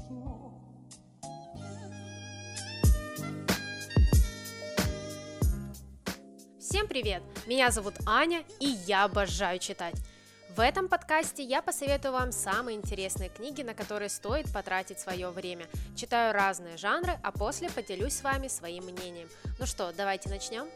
Всем привет! Меня зовут Аня, и я обожаю читать. В этом подкасте я посоветую вам самые интересные книги, на которые стоит потратить свое время. Читаю разные жанры, а после поделюсь с вами своим мнением. Ну что, давайте начнем?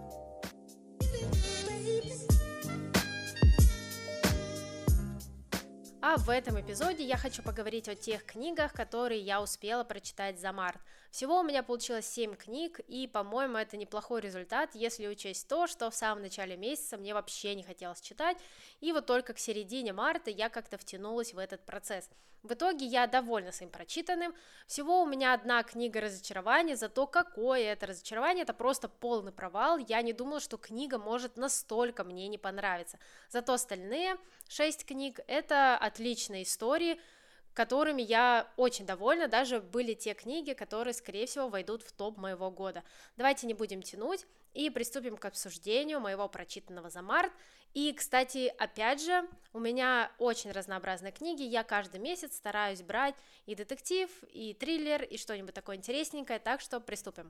А в этом эпизоде я хочу поговорить о тех книгах, которые я успела прочитать за март. Всего у меня получилось 7 книг, и, по-моему, это неплохой результат, если учесть то, что в самом начале месяца мне вообще не хотелось читать, и вот только к середине марта я как-то втянулась в этот процесс. В итоге я довольна своим прочитанным, всего у меня одна книга разочарования, зато какое это разочарование, это просто полный провал, я не думала, что книга может настолько мне не понравиться, зато остальные 6 книг это отличные истории, которыми я очень довольна, даже были те книги, которые, скорее всего, войдут в топ моего года. Давайте не будем тянуть и приступим к обсуждению моего прочитанного за март. И, кстати, опять же, у меня очень разнообразные книги, я каждый месяц стараюсь брать и детектив, и триллер, и что-нибудь такое интересненькое, так что приступим.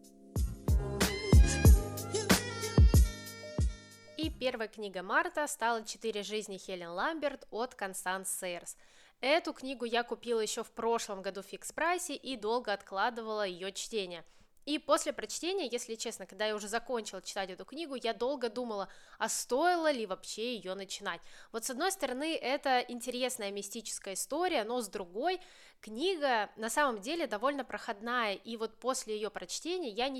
И первая книга марта стала «4 жизни Хелен Ламберт» от Констанс Сейерс. Эту книгу я купила еще в прошлом году в фикс-прайсе и долго откладывала ее чтение. И после прочтения, если честно, когда я уже закончила читать эту книгу, я долго думала, а стоило ли вообще ее начинать. Вот с одной стороны, это интересная мистическая история, но с другой, книга на самом деле довольно проходная, и вот после ее прочтения я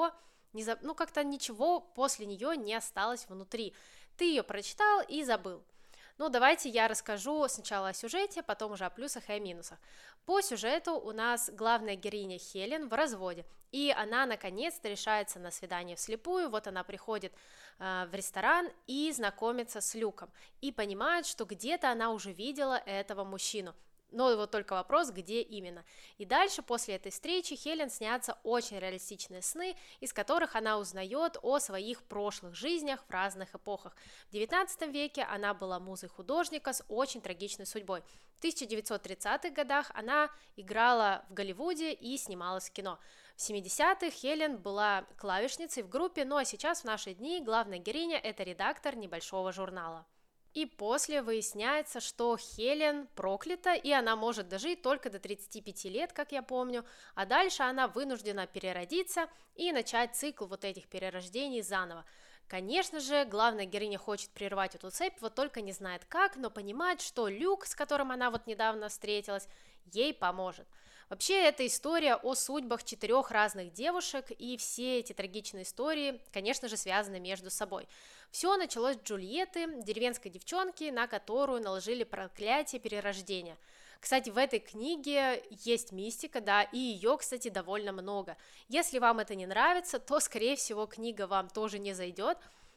как-то ничего после нее не осталось внутри. Ты ее прочитал и забыл. Ну, давайте я расскажу сначала о сюжете, потом уже о плюсах и о минусах. По сюжету у нас главная героиня Хелен в разводе, и она наконец-то решается на свидание вслепую, вот она приходит в ресторан и знакомится с Люком, и понимает, что где-то она уже видела этого мужчину. Но вот только вопрос, где именно. И дальше, после этой встречи, Хелен снятся очень реалистичные сны, из которых она узнает о своих прошлых жизнях в разных эпохах. В 19 веке она была музой художника с очень трагичной судьбой. В 1930-х годах она играла в Голливуде и снималась в кино. В 70-х Хелен была клавишницей в группе, ну а сейчас в наши дни главная героиня – это редактор небольшого журнала. И после выясняется, что Хелен проклята, и она может дожить только до 35 лет, как я помню, а дальше она вынуждена переродиться и начать цикл вот этих перерождений заново. Конечно же, главная героиня хочет прервать эту цепь, вот только не знает как, но понимает, что Люк, с которым она вот недавно встретилась, ей поможет. Вообще, это история о судьбах 4 разных девушек, и все эти трагичные истории, конечно же, связаны между собой. Все началось с Джульетты, деревенской девчонки, на которую наложили проклятие перерождения. Кстати, в этой книге есть мистика, да, и ее, кстати, довольно много. Если вам это не нравится, то, скорее всего, книга вам тоже не зайдет.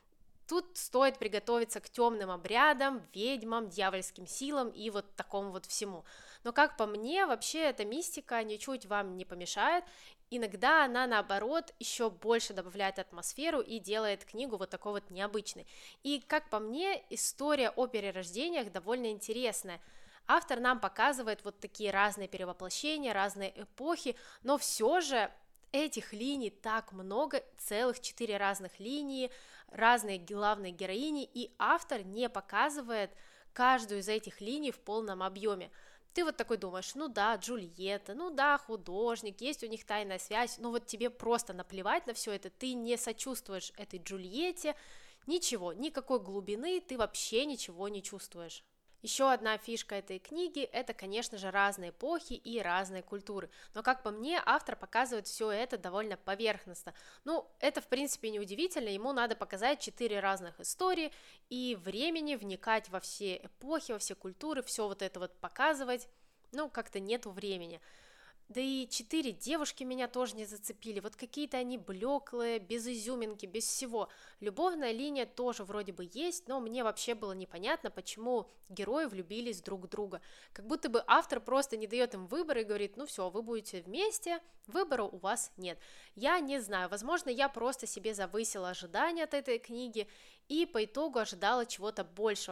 Тут стоит приготовиться к темным обрядам, ведьмам, дьявольским силам и вот такому вот всему. Но, как по мне, вообще эта мистика ничуть вам не помешает. Иногда она, наоборот, еще больше добавляет атмосферу и делает книгу вот такой вот необычной. И, как по мне, история о перерождениях довольно интересная. Автор нам показывает вот такие разные перевоплощения, разные эпохи, но все же этих линий так много, целых 4 разных линии, разные главные героини, и автор не показывает каждую из этих линий в полном объеме. Ты вот такой думаешь, ну да, Джульетта, ну да, художник, есть у них тайная связь, но вот тебе просто наплевать на все это, ты не сочувствуешь этой Джульетте, ничего, никакой глубины, ты вообще ничего не чувствуешь. Еще одна фишка этой книги – это, конечно же, разные эпохи и разные культуры, но, как по мне, автор показывает все это довольно поверхностно. Ну, это, в принципе, не удивительно, ему надо показать 4 разных истории и времени вникать во все эпохи, во все культуры, все вот это вот показывать, ну, как-то нету времени. Да и 4 девушки меня тоже не зацепили, вот какие-то они блеклые, без изюминки, без всего. Любовная линия тоже вроде бы есть, но мне вообще было непонятно, почему герои влюбились друг в друга. Как будто бы автор просто не дает им выбора и говорит, ну все, вы будете вместе, выбора у вас нет. Я не знаю, возможно, я просто себе завысила ожидания от этой книги и по итогу ожидала чего-то большего.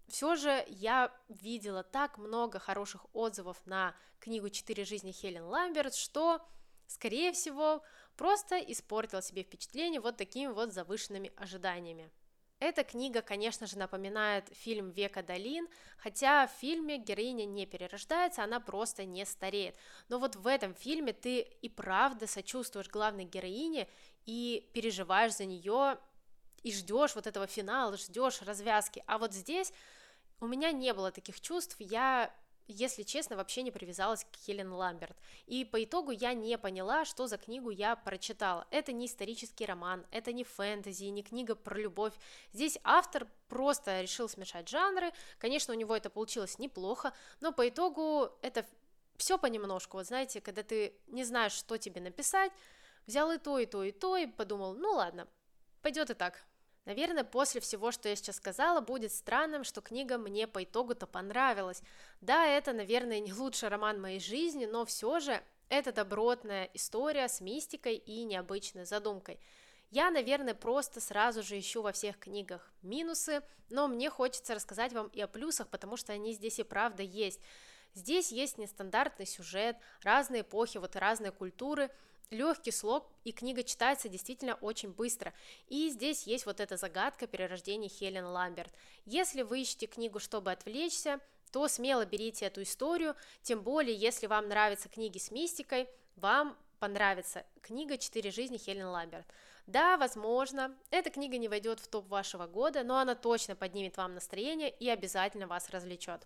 все же я видела так много хороших отзывов на книгу «Четыре жизни» Хелен Ламберт, что, скорее всего, просто испортила себе впечатление вот такими вот завышенными ожиданиями. Эта книга, конечно же, напоминает фильм «Век Адалин», хотя в фильме героиня не перерождается, она просто не стареет. Но вот в этом фильме ты и правда сочувствуешь главной героине и переживаешь за нее, и ждешь вот этого финала, ждешь развязки. А вот здесь у меня не было таких чувств, я, если честно, вообще не привязалась к Хелен Ламберт. И по итогу я не поняла, что за книгу я прочитала. Это не исторический роман, это не фэнтези, не книга про любовь. Здесь автор просто решил смешать жанры. Конечно, у него это получилось неплохо, но по итогу это все понемножку. Вот знаете, когда ты не знаешь, что тебе написать, взял и то, и то, и то, и подумал, ну ладно, пойдет и так. Наверное, после всего, что я сейчас сказала, будет странным, что книга мне по итогу-то понравилась. Да, это, наверное, не лучший роман моей жизни, но все же это добротная история с мистикой и необычной задумкой. Я, наверное, просто сразу же ищу во всех книгах минусы, но мне хочется рассказать вам и о плюсах, потому что они здесь и правда есть. Здесь есть нестандартный сюжет, разные эпохи, вот разные культуры, легкий слог, и книга читается действительно очень быстро. И здесь есть вот эта загадка перерождения Хелен Ламберт. Если вы ищете книгу, чтобы отвлечься, то смело берите эту историю, тем более, если вам нравятся книги с мистикой, вам понравится книга «Четыре жизни» Хелен Ламберт. Да, возможно, эта книга не войдет в топ вашего года, но она точно поднимет вам настроение и обязательно вас развлечет.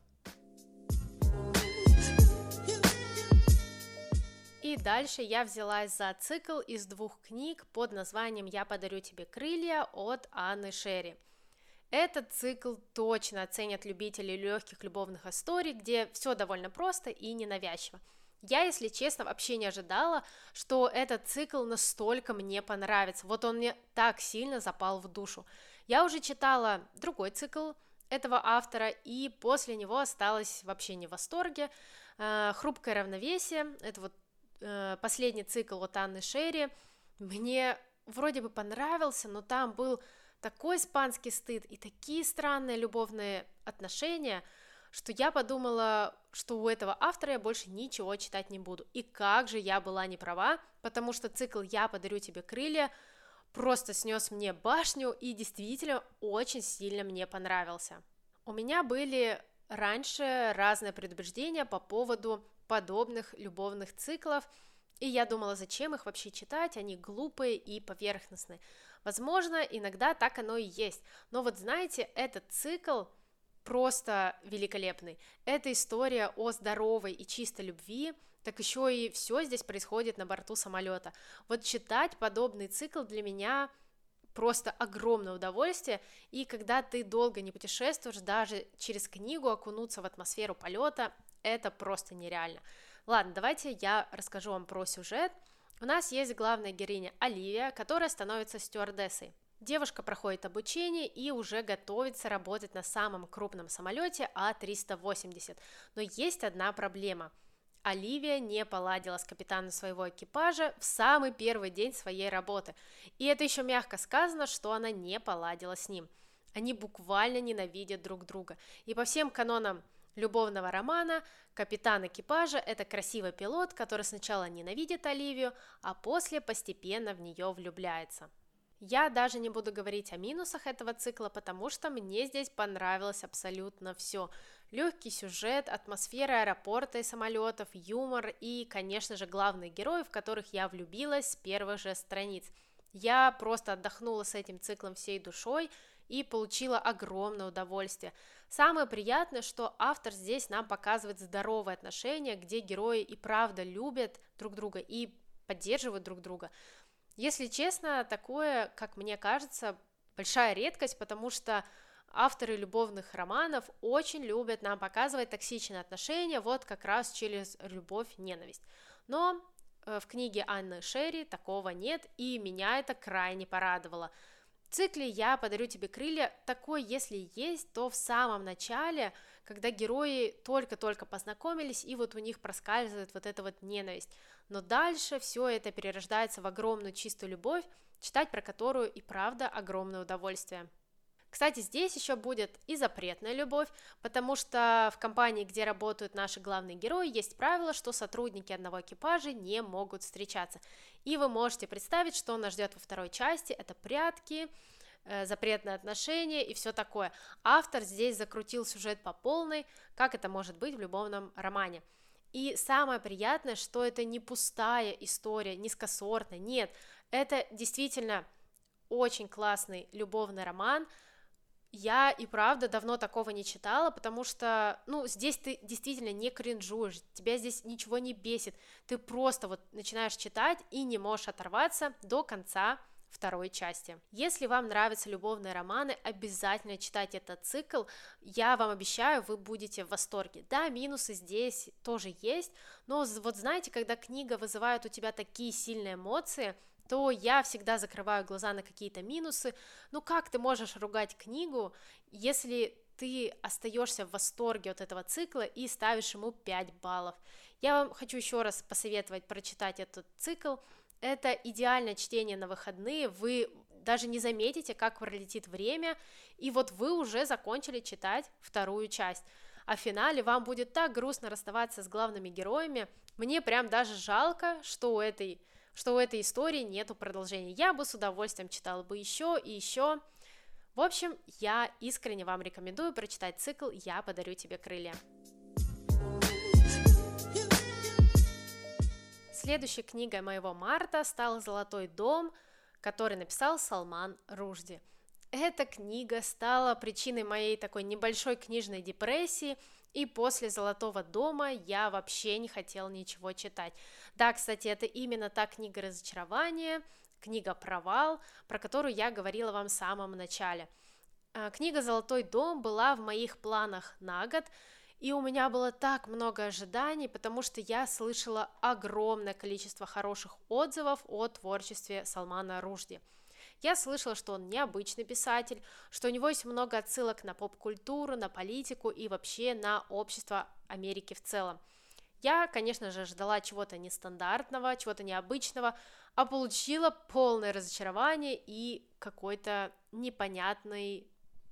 И дальше я взялась за цикл из 2 книг под названием «Я подарю тебе крылья» от Анны Шерри. Этот цикл точно оценят любители легких любовных историй, где все довольно просто и ненавязчиво. Я, если честно, вообще не ожидала, что этот цикл настолько мне понравится. Вот он мне так сильно запал в душу. Я уже читала другой цикл этого автора, и после него осталась вообще не в восторге. «Хрупкое равновесие» — это вот последний цикл от Анны Шерри, мне вроде бы понравился, но там был такой испанский стыд и такие странные любовные отношения, что я подумала, что у этого автора я больше ничего читать не буду. И как же я была не права, потому что цикл «Я подарю тебе крылья» просто снес мне башню и действительно очень сильно мне понравился. У меня были раньше разные предубеждения по поводу подобных любовных циклов, и я думала, зачем их вообще читать, они глупые и поверхностные. Возможно, иногда так оно и есть, но вот знаете, этот цикл просто великолепный. Это история о здоровой и чистой любви, так еще и все здесь происходит на борту самолета. Вот читать подобный цикл для меня просто огромное удовольствие, и когда ты долго не путешествуешь, даже через книгу окунуться в атмосферу полета, это просто нереально. Ладно, давайте я расскажу вам про сюжет. У нас есть главная героиня Оливия, которая становится стюардессой. Девушка проходит обучение и уже готовится работать на самом крупном самолете А380. Но есть одна проблема. Оливия не поладила с капитаном своего экипажа в самый первый день своей работы. И это еще мягко сказано, что она не поладила с ним. Они буквально ненавидят друг друга. И по всем канонам любовного романа капитан экипажа – это красивый пилот, который сначала ненавидит Оливию, а после постепенно в нее влюбляется. Я даже не буду говорить о минусах этого цикла, потому что мне здесь понравилось абсолютно все. Легкий сюжет, атмосфера аэропорта и самолетов, юмор и, конечно же, главные герои, в которых я влюбилась с первых же страниц. Я просто отдохнула с этим циклом всей душой и получила огромное удовольствие. Самое приятное, что автор здесь нам показывает здоровые отношения, где герои и правда любят друг друга и поддерживают друг друга. Если честно, такое, как мне кажется, большая редкость, потому что авторы любовных романов очень любят нам показывать токсичные отношения, вот как раз через любовь-ненависть. Но в книге Анны Шерри такого нет, и меня это крайне порадовало. В цикле «Я подарю тебе крылья» такой, если есть, то в самом начале, когда герои только-только познакомились, и вот у них проскальзывает вот эта вот ненависть. Но дальше все это перерождается в огромную чистую любовь, читать про которую и правда огромное удовольствие. Кстати, здесь еще будет и запретная любовь, потому что в компании, где работают наши главные герои, есть правило, что сотрудники одного экипажа не могут встречаться. И вы можете представить, что нас ждет во второй части, это прятки, запретные отношения и все такое. Автор здесь закрутил сюжет по полной, как это может быть в любовном романе. И самое приятное, что это не пустая история, низкосортная, нет, это действительно очень классный любовный роман. Я и правда давно такого не читала, потому что, здесь ты действительно не кринжуешь, тебя здесь ничего не бесит, ты просто вот начинаешь читать и не можешь оторваться до конца второй части. Если вам нравятся любовные романы, обязательно читайте этот цикл, я вам обещаю, вы будете в восторге. Да, минусы здесь тоже есть, но вот знаете, когда книга вызывает у тебя такие сильные эмоции, то я всегда закрываю глаза на какие-то минусы. Как ты можешь ругать книгу, если ты остаешься в восторге от этого цикла и ставишь ему 5 баллов? Я вам хочу еще раз посоветовать прочитать этот цикл. Это идеальное чтение на выходные, вы даже не заметите, как пролетит время, и вот вы уже закончили читать вторую часть. А в финале вам будет так грустно расставаться с главными героями. Мне прям даже жалко, что у этой истории нету продолжения. Я бы с удовольствием читала бы еще и еще. В общем, я искренне вам рекомендую прочитать цикл «Я подарю тебе крылья». Следующей книгой моего марта стал «Золотой дом», который написал Салман Рушди. Эта книга стала причиной моей такой небольшой книжной депрессии, и после «Золотого дома» я вообще не хотела ничего читать. Да, кстати, это именно та книга разочарования, книга «Провал», про которую я говорила вам в самом начале. Книга «Золотой дом» была в моих планах на год, и у меня было так много ожиданий, потому что я слышала огромное количество хороших отзывов о творчестве Салмана Рушди. Я слышала, что он необычный писатель, что у него есть много отсылок на поп-культуру, на политику и вообще на общество Америки в целом. Я, конечно же, ждала чего-то нестандартного, чего-то необычного, а получила полное разочарование и какой-то непонятный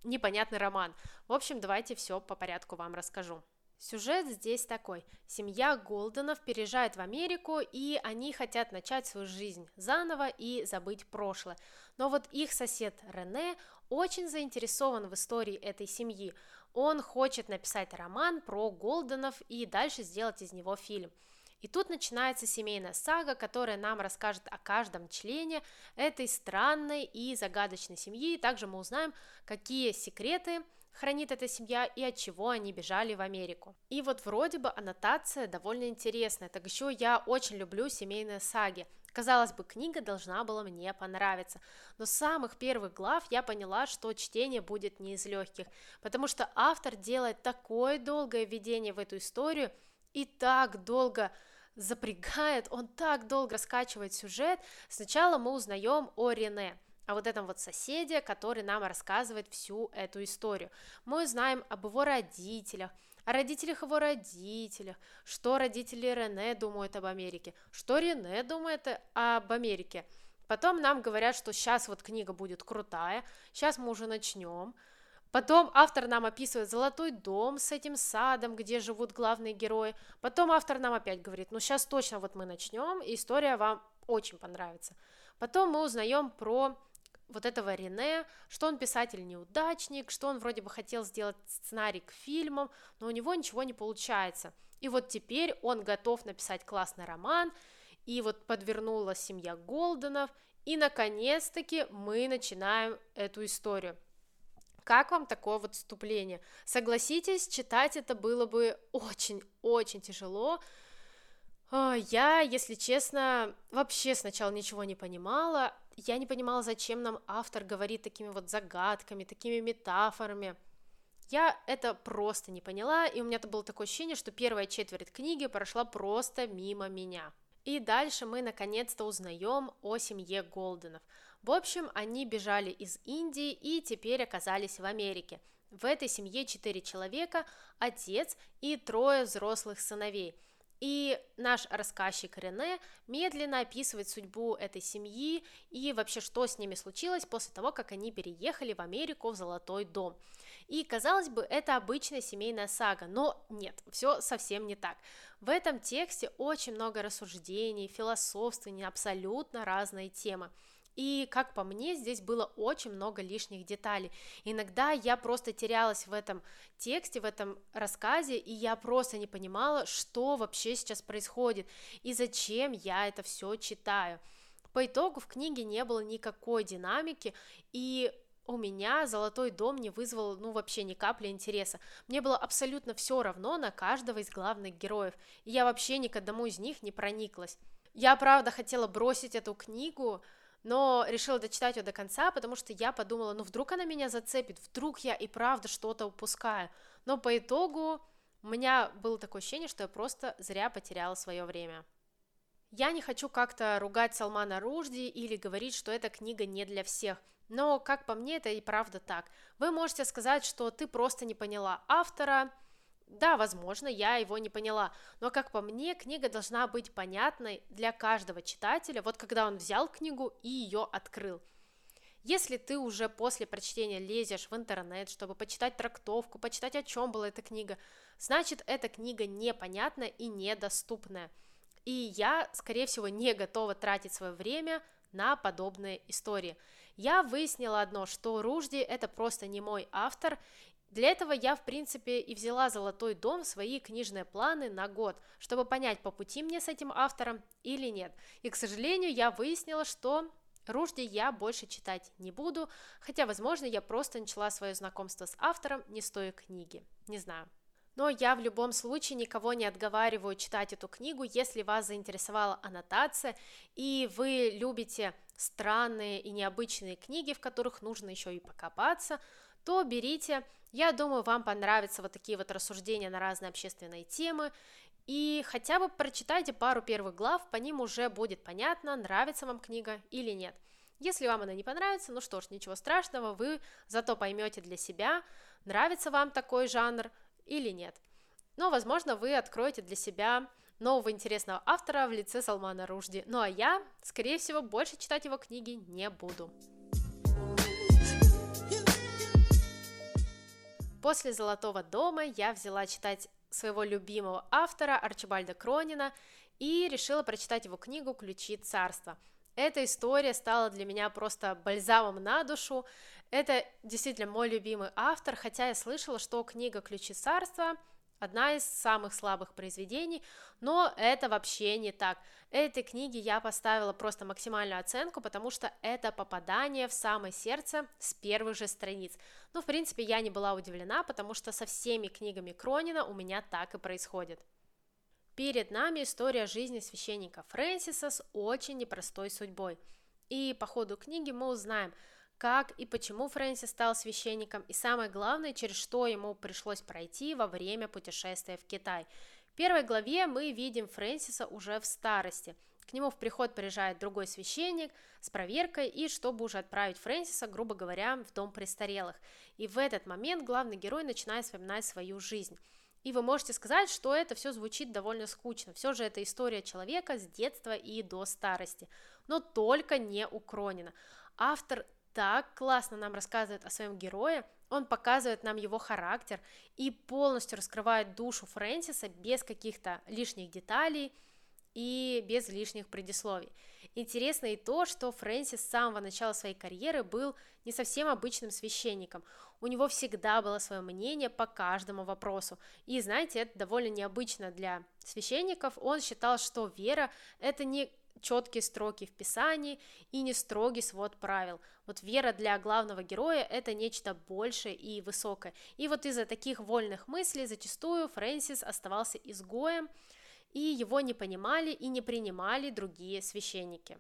роман. В общем, давайте все по порядку вам расскажу. Сюжет здесь такой. Семья Голденов переезжает в Америку, и они хотят начать свою жизнь заново и забыть прошлое. Но вот их сосед Рене очень заинтересован в истории этой семьи. Он хочет написать роман про Голденов и дальше сделать из него фильм. И тут начинается семейная сага, которая нам расскажет о каждом члене этой странной и загадочной семьи. Также мы узнаем, какие секреты хранит эта семья и от чего они бежали в Америку. И вот вроде бы аннотация довольно интересная, так еще я очень люблю семейные саги. Казалось бы, книга должна была мне понравиться, но с самых первых глав я поняла, что чтение будет не из легких, потому что автор делает такое долгое введение в эту историю и так долго запрягает, он так долго раскачивает сюжет. Сначала мы узнаем о Рене, о вот этом вот соседе, который нам рассказывает всю эту историю. Мы узнаем об его родителях, о родителях его родителях, что родители Рене думают об Америке, что Рене думает об Америке. Потом нам говорят, что сейчас вот книга будет крутая, сейчас мы уже начнем. Потом автор нам описывает золотой дом с этим садом, где живут главные герои. Потом автор нам опять говорит, сейчас точно вот мы начнем, и история вам очень понравится. Потом мы узнаем про вот этого Рене, что он писатель-неудачник, что он вроде бы хотел сделать сценарий к фильмам, но у него ничего не получается. И вот теперь он готов написать классный роман, и вот подвернулась семья Голденов, и наконец-таки мы начинаем эту историю. Как вам такое вот вступление? Согласитесь, читать это было бы очень-очень тяжело. Я, если честно, вообще сначала ничего не понимала. Я не понимала, зачем нам автор говорит такими вот загадками, такими метафорами. Я это просто не поняла, и у меня было такое ощущение, что первая четверть книги прошла просто мимо меня. И дальше мы наконец-то узнаем о семье Голденов. В общем, они бежали из Индии и теперь оказались в Америке. В этой семье 4 человека, отец и 3 взрослых сыновей. И наш рассказчик Рене медленно описывает судьбу этой семьи и вообще, что с ними случилось после того, как они переехали в Америку в Золотой дом. И, казалось бы, это обычная семейная сага, но нет, все совсем не так. В этом тексте очень много рассуждений, философствований, абсолютно разные темы. И, как по мне, здесь было очень много лишних деталей. Иногда я просто терялась в этом тексте, в этом рассказе, и я просто не понимала, что вообще сейчас происходит и зачем я это все читаю. По итогу в книге не было никакой динамики, и у меня «Золотой дом» не вызвал, вообще ни капли интереса. Мне было абсолютно все равно на каждого из главных героев, и я вообще ни к одному из них не прониклась. Я, правда, хотела бросить эту книгу, но решила дочитать ее до конца, потому что я подумала, вдруг она меня зацепит, вдруг я и правда что-то упускаю. Но по итогу у меня было такое ощущение, что я просто зря потеряла свое время. Я не хочу как-то ругать Салмана Рушди или говорить, что эта книга не для всех, но, как по мне, это и правда так. Вы можете сказать, что ты просто не поняла автора. Да, возможно, я его не поняла, но, как по мне, книга должна быть понятной для каждого читателя, вот когда он взял книгу и ее открыл. Если ты уже после прочтения лезешь в интернет, чтобы почитать трактовку, почитать, о чем была эта книга, значит, эта книга непонятная и недоступная. И я, скорее всего, не готова тратить свое время на подобные истории. Я выяснила одно, что Рушди – это просто не мой автор. Для этого я, в принципе, и взяла «Золотой дом» в свои книжные планы на год, чтобы понять, по пути мне с этим автором или нет. И, к сожалению, я выяснила, что Рушди я больше читать не буду, хотя, возможно, я просто начала свое знакомство с автором не с той книги, не знаю. Но я в любом случае никого не отговариваю читать эту книгу, если вас заинтересовала аннотация, и вы любите странные и необычные книги, в которых нужно еще и покопаться, то берите. Я думаю, вам понравятся вот такие вот рассуждения на разные общественные темы, и хотя бы прочитайте пару первых глав, по ним уже будет понятно, нравится вам книга или нет. Если вам она не понравится, что ж, ничего страшного, вы зато поймете для себя, нравится вам такой жанр или нет. Но, возможно, вы откроете для себя нового интересного автора в лице Салмана Рушди. Ну а я, скорее всего, больше читать его книги не буду. После «Золотого дома» я взяла читать своего любимого автора Арчибальда Кронина и решила прочитать его книгу «Ключи царства». Эта история стала для меня просто бальзамом на душу. Это действительно мой любимый автор, хотя я слышала, что книга «Ключи царства» одна из самых слабых произведений, но это вообще не так. Этой книге я поставила просто максимальную оценку, потому что это попадание в самое сердце с первых же страниц. В принципе, я не была удивлена, потому что со всеми книгами Кронина у меня так и происходит. Перед нами история жизни священника Фрэнсиса с очень непростой судьбой. И по ходу книги мы узнаем, как и почему Фрэнсис стал священником, и самое главное, через что ему пришлось пройти во время путешествия в Китай. В первой главе мы видим Фрэнсиса уже в старости. К нему в приход приезжает другой священник с проверкой, и чтобы уже отправить Фрэнсиса, грубо говоря, в дом престарелых. И в этот момент главный герой начинает вспоминать свою жизнь. И вы можете сказать, что это все звучит довольно скучно. Все же это история человека с детства и до старости. Но только не у Кронина. Автор так классно нам рассказывает о своем герое, он показывает нам его характер и полностью раскрывает душу Фрэнсиса без каких-то лишних деталей и без лишних предисловий. Интересно и то, что Фрэнсис с самого начала своей карьеры был не совсем обычным священником. У него всегда было свое мнение по каждому вопросу. И знаете, это довольно необычно для священников. Он считал, что вера – это не четкие строки в Писании и не строгий свод правил. Вот вера для главного героя – это нечто большее и высокое. И вот из-за таких вольных мыслей зачастую Фрэнсис оставался изгоем, и его не понимали и не принимали другие священники.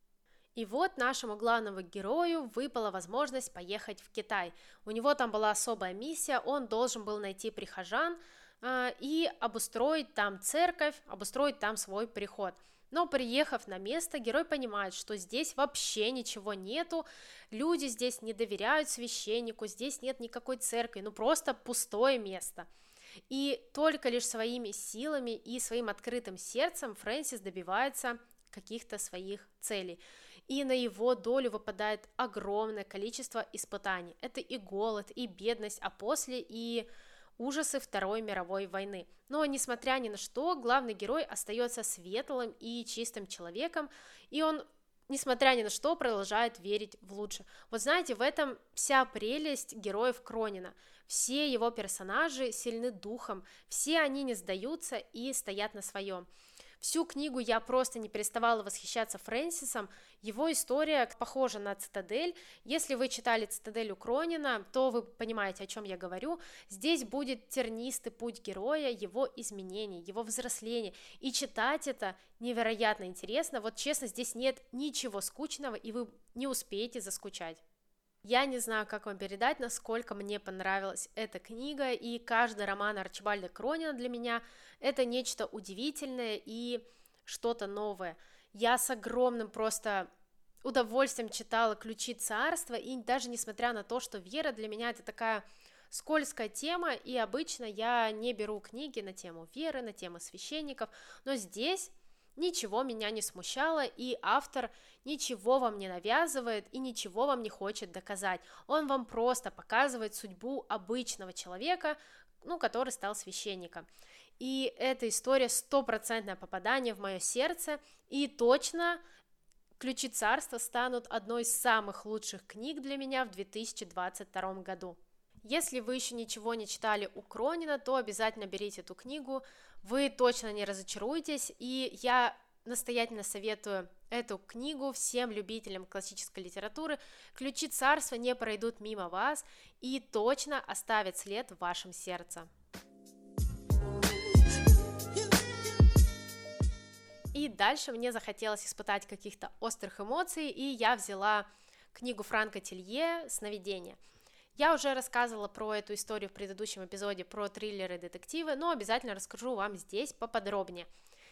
И вот нашему главному герою выпала возможность поехать в Китай. У него там была особая миссия, он должен был найти прихожан и обустроить там церковь, обустроить там свой приход. Но приехав на место, герой понимает, что здесь вообще ничего нету, люди здесь не доверяют священнику, здесь нет никакой церкви, просто пустое место. И только лишь своими силами и своим открытым сердцем Фрэнсис добивается каких-то своих целей. И на его долю выпадает огромное количество испытаний. Это и голод, и бедность, а после и ужасы Второй мировой войны. Но, несмотря ни на что, главный герой остается светлым и чистым человеком, и он, несмотря ни на что, продолжает верить в лучшее. Вот знаете, в этом вся прелесть героев Кронина. Все его персонажи сильны духом, все они не сдаются и стоят на своем. Всю книгу я просто не переставала восхищаться Фрэнсисом, его история похожа на «Цитадель». Если вы читали «Цитадель» у Кронина, то вы понимаете, о чем я говорю. Здесь будет тернистый путь героя, его изменений, его взросления, и читать это невероятно интересно. Вот честно, здесь нет ничего скучного, и вы не успеете заскучать. Я не знаю, как вам передать, насколько мне понравилась эта книга, и каждый роман Арчибальда Кронина для меня это нечто удивительное и что-то новое. Я с огромным просто удовольствием читала «Ключи царства», и даже несмотря на то, что вера для меня это такая скользкая тема, и обычно я не беру книги на тему веры, на тему священников, но здесь ничего меня не смущало, и автор ничего вам не навязывает и ничего вам не хочет доказать. Он вам просто показывает судьбу обычного человека, который стал священником. И эта история стопроцентное попадание в мое сердце, и точно «Ключи царства» станут одной из самых лучших книг для меня в 2022 году. Если вы еще ничего не читали у Кронина, то обязательно берите эту книгу, вы точно не разочаруетесь, и я настоятельно советую эту книгу всем любителям классической литературы. «Ключи царства» не пройдут мимо вас и точно оставят след в вашем сердце. И дальше мне захотелось испытать каких-то острых эмоций, и я взяла книгу Франка Тилье «Сновидения». Я уже рассказывала про эту историю в предыдущем эпизоде про триллеры и детективы, но обязательно расскажу вам здесь поподробнее.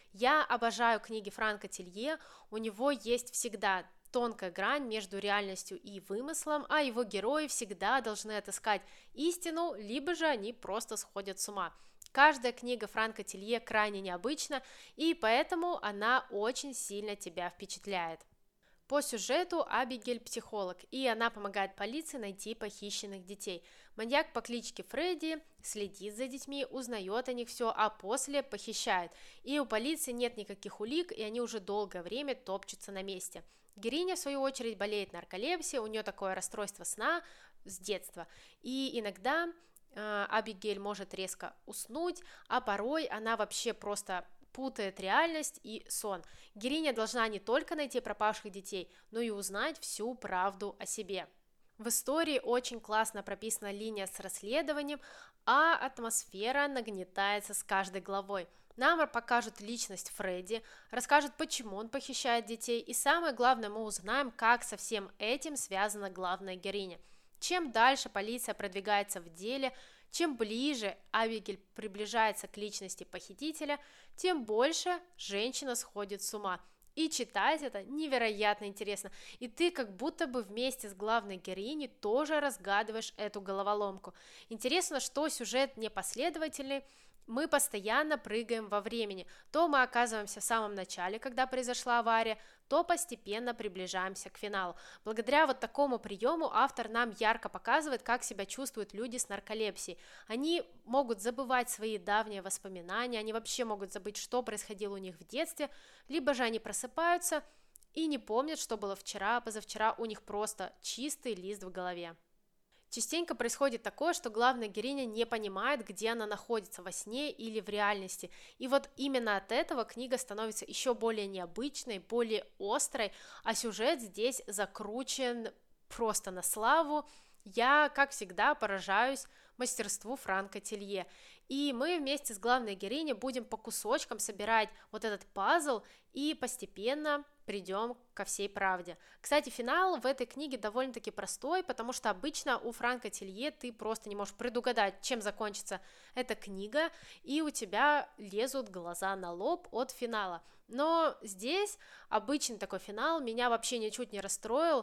Я обожаю книги Франка Тилье, у него есть всегда тонкая грань между реальностью и вымыслом, а его герои всегда должны отыскать истину, либо же они просто сходят с ума. Каждая книга Франка Тилье крайне необычна, и поэтому она очень сильно тебя впечатляет. По сюжету Абигейль психолог, и она помогает полиции найти похищенных детей. Маньяк по кличке Фредди следит за детьми, узнает о них все, а после похищает. И у полиции нет никаких улик, и они уже долгое время топчутся на месте. Героиня, в свою очередь, болеет нарколепсией, у нее такое расстройство сна с детства. И иногда Абигейль может резко уснуть, а порой она вообще просто путает реальность и сон. Героиня должна не только найти пропавших детей, но и узнать всю правду о себе. В истории очень классно прописана линия с расследованием, а атмосфера нагнетается с каждой главой. Нам покажут личность Фредди, расскажут, почему он похищает детей, и самое главное, мы узнаем, как со всем этим связана главная героиня. Чем дальше полиция продвигается в деле, чем ближе Абигейль приближается к личности похитителя, тем больше женщина сходит с ума. И читать это невероятно интересно. И ты как будто бы вместе с главной героиней тоже разгадываешь эту головоломку. Интересно, что сюжет непоследовательный, мы постоянно прыгаем во времени. То мы оказываемся в самом начале, когда произошла авария, то постепенно приближаемся к финалу. Благодаря вот такому приему автор нам ярко показывает, как себя чувствуют люди с нарколепсией. Они могут забывать свои давние воспоминания, они вообще могут забыть, что происходило у них в детстве, либо же они просыпаются и не помнят, что было вчера, позавчера, у них просто чистый лист в голове. Частенько происходит такое, что главная героиня не понимает, где она находится, во сне или в реальности. И вот именно от этого книга становится еще более необычной, более острой, а сюжет здесь закручен просто на славу. Я, как всегда, поражаюсь мастерству Франка Тилье. И мы вместе с главной героиней будем по кусочкам собирать вот этот пазл и постепенно придем ко всей правде. Кстати, финал в этой книге довольно-таки простой, потому что обычно у Франка Тилье ты просто не можешь предугадать, чем закончится эта книга, и у тебя лезут глаза на лоб от финала. Но здесь обычный такой финал меня вообще ничуть не расстроил,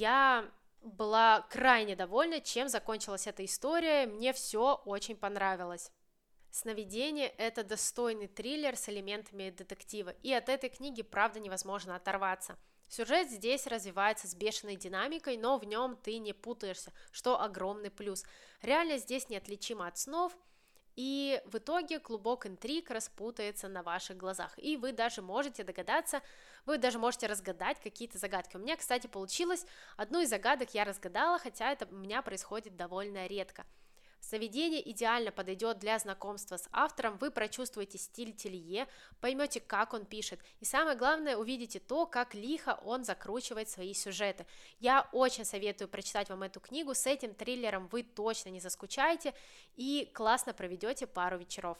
я была крайне довольна, чем закончилась эта история, мне все очень понравилось. «Сновидение» — это достойный триллер с элементами детектива, и от этой книги, правда, невозможно оторваться. Сюжет здесь развивается с бешеной динамикой, но в нем ты не путаешься, что огромный плюс. Реальность здесь неотличима от снов, и в итоге клубок интриг распутается на ваших глазах, и вы даже можете догадаться, вы даже можете разгадать какие-то загадки. У меня, кстати, получилось, одну из загадок я разгадала, хотя это у меня происходит довольно редко. «Сновидение» идеально подойдет для знакомства с автором, вы прочувствуете стиль Телье, поймете, как он пишет, и самое главное, увидите то, как лихо он закручивает свои сюжеты. Я очень советую прочитать вам эту книгу, с этим триллером вы точно не заскучаете и классно проведете пару вечеров.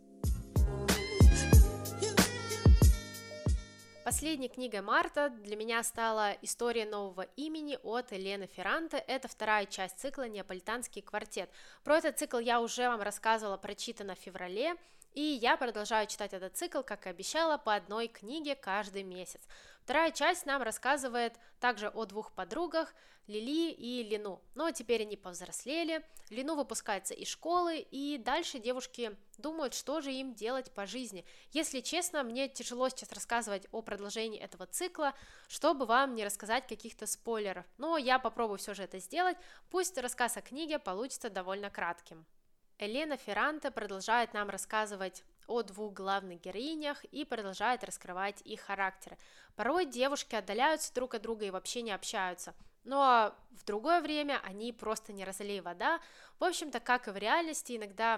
Последней книгой марта для меня стала «История нового имени» от Элены Ферранте. Это вторая часть цикла «Неаполитанский квартет». Про этот цикл я уже вам рассказывала, прочитано в феврале, и я продолжаю читать этот цикл, как и обещала, по одной книге каждый месяц. Вторая часть нам рассказывает также о двух подругах, Лили и Лину, но теперь они повзрослели, Лину выпускается из школы, и дальше девушки думают, что же им делать по жизни. Если честно, мне тяжело сейчас рассказывать о продолжении этого цикла, чтобы вам не рассказать каких-то спойлеров, но я попробую все же это сделать, пусть рассказ о книге получится довольно кратким. Элена Ферранте продолжает нам рассказывать о двух главных героинях и продолжает раскрывать их характеры. Порой девушки отдаляются друг от друга и вообще не общаются, но в другое время они просто не разлей вода. В общем-то, как и в реальности, иногда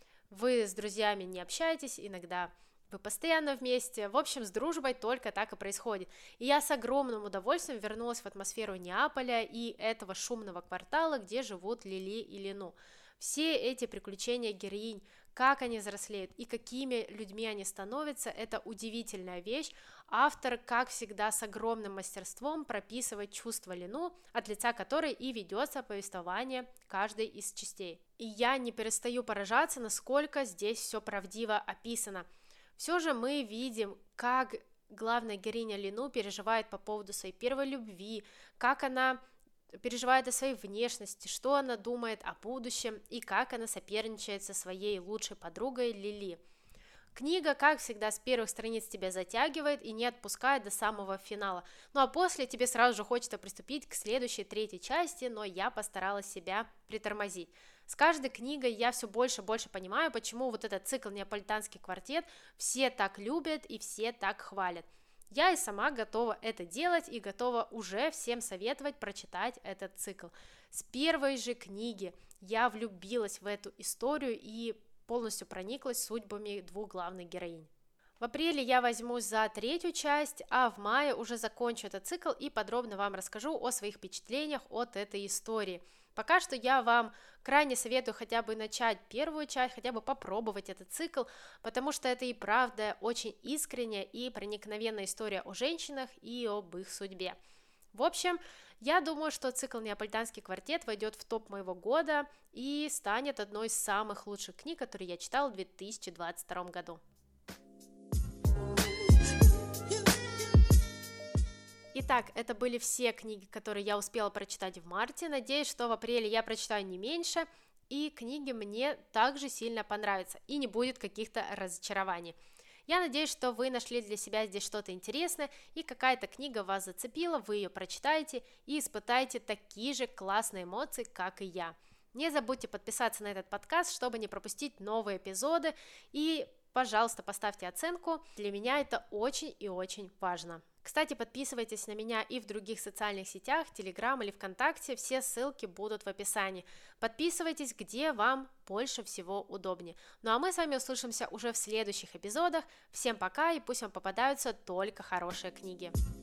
вы с друзьями не общаетесь, иногда вы постоянно вместе, в общем, с дружбой только так и происходит. И я с огромным удовольствием вернулась в атмосферу Неаполя и этого шумного квартала, где живут Лили и Лину. Все эти приключения героинь, как они взрослеют и какими людьми они становятся, это удивительная вещь. Автор, как всегда, с огромным мастерством прописывает чувства Лину, от лица которой и ведется повествование каждой из частей. И я не перестаю поражаться, насколько здесь все правдиво описано. Все же мы видим, как главная героиня Лину переживает по поводу своей первой любви, как она переживает о своей внешности, что она думает о будущем и как она соперничает со своей лучшей подругой Лили. Книга, как всегда, с первых страниц тебя затягивает и не отпускает до самого финала. Ну а после тебе сразу же хочется приступить к следующей, третьей части, но я постаралась себя притормозить. С каждой книгой я все больше и больше понимаю, почему вот этот цикл «Неаполитанский квартет» все так любят и все так хвалят. Я и сама готова это делать и готова уже всем советовать прочитать этот цикл. С первой же книги я влюбилась в эту историю и полностью прониклась судьбами двух главных героинь. В апреле я возьмусь за третью часть, а в мае уже закончу этот цикл и подробно вам расскажу о своих впечатлениях от этой истории. Пока что я вам крайне советую хотя бы начать первую часть, хотя бы попробовать этот цикл, потому что это и правда очень искренняя и проникновенная история о женщинах и об их судьбе. В общем, я думаю, что цикл «Неаполитанский квартет» войдет в топ моего года и станет одной из самых лучших книг, которые я читала в 2022 году. Итак, это были все книги, которые я успела прочитать в марте. Надеюсь, что в апреле я прочитаю не меньше, и книги мне также сильно понравятся, и не будет каких-то разочарований. Я надеюсь, что вы нашли для себя здесь что-то интересное, и какая-то книга вас зацепила, вы ее прочитаете и испытаете такие же классные эмоции, как и я. Не забудьте подписаться на этот подкаст, чтобы не пропустить новые эпизоды, и, пожалуйста, поставьте оценку, для меня это очень и очень важно. Кстати, подписывайтесь на меня и в других социальных сетях, Telegram или ВКонтакте, все ссылки будут в описании. Подписывайтесь, где вам больше всего удобнее. Ну а мы с вами услышимся уже в следующих эпизодах. Всем пока и пусть вам попадаются только хорошие книги.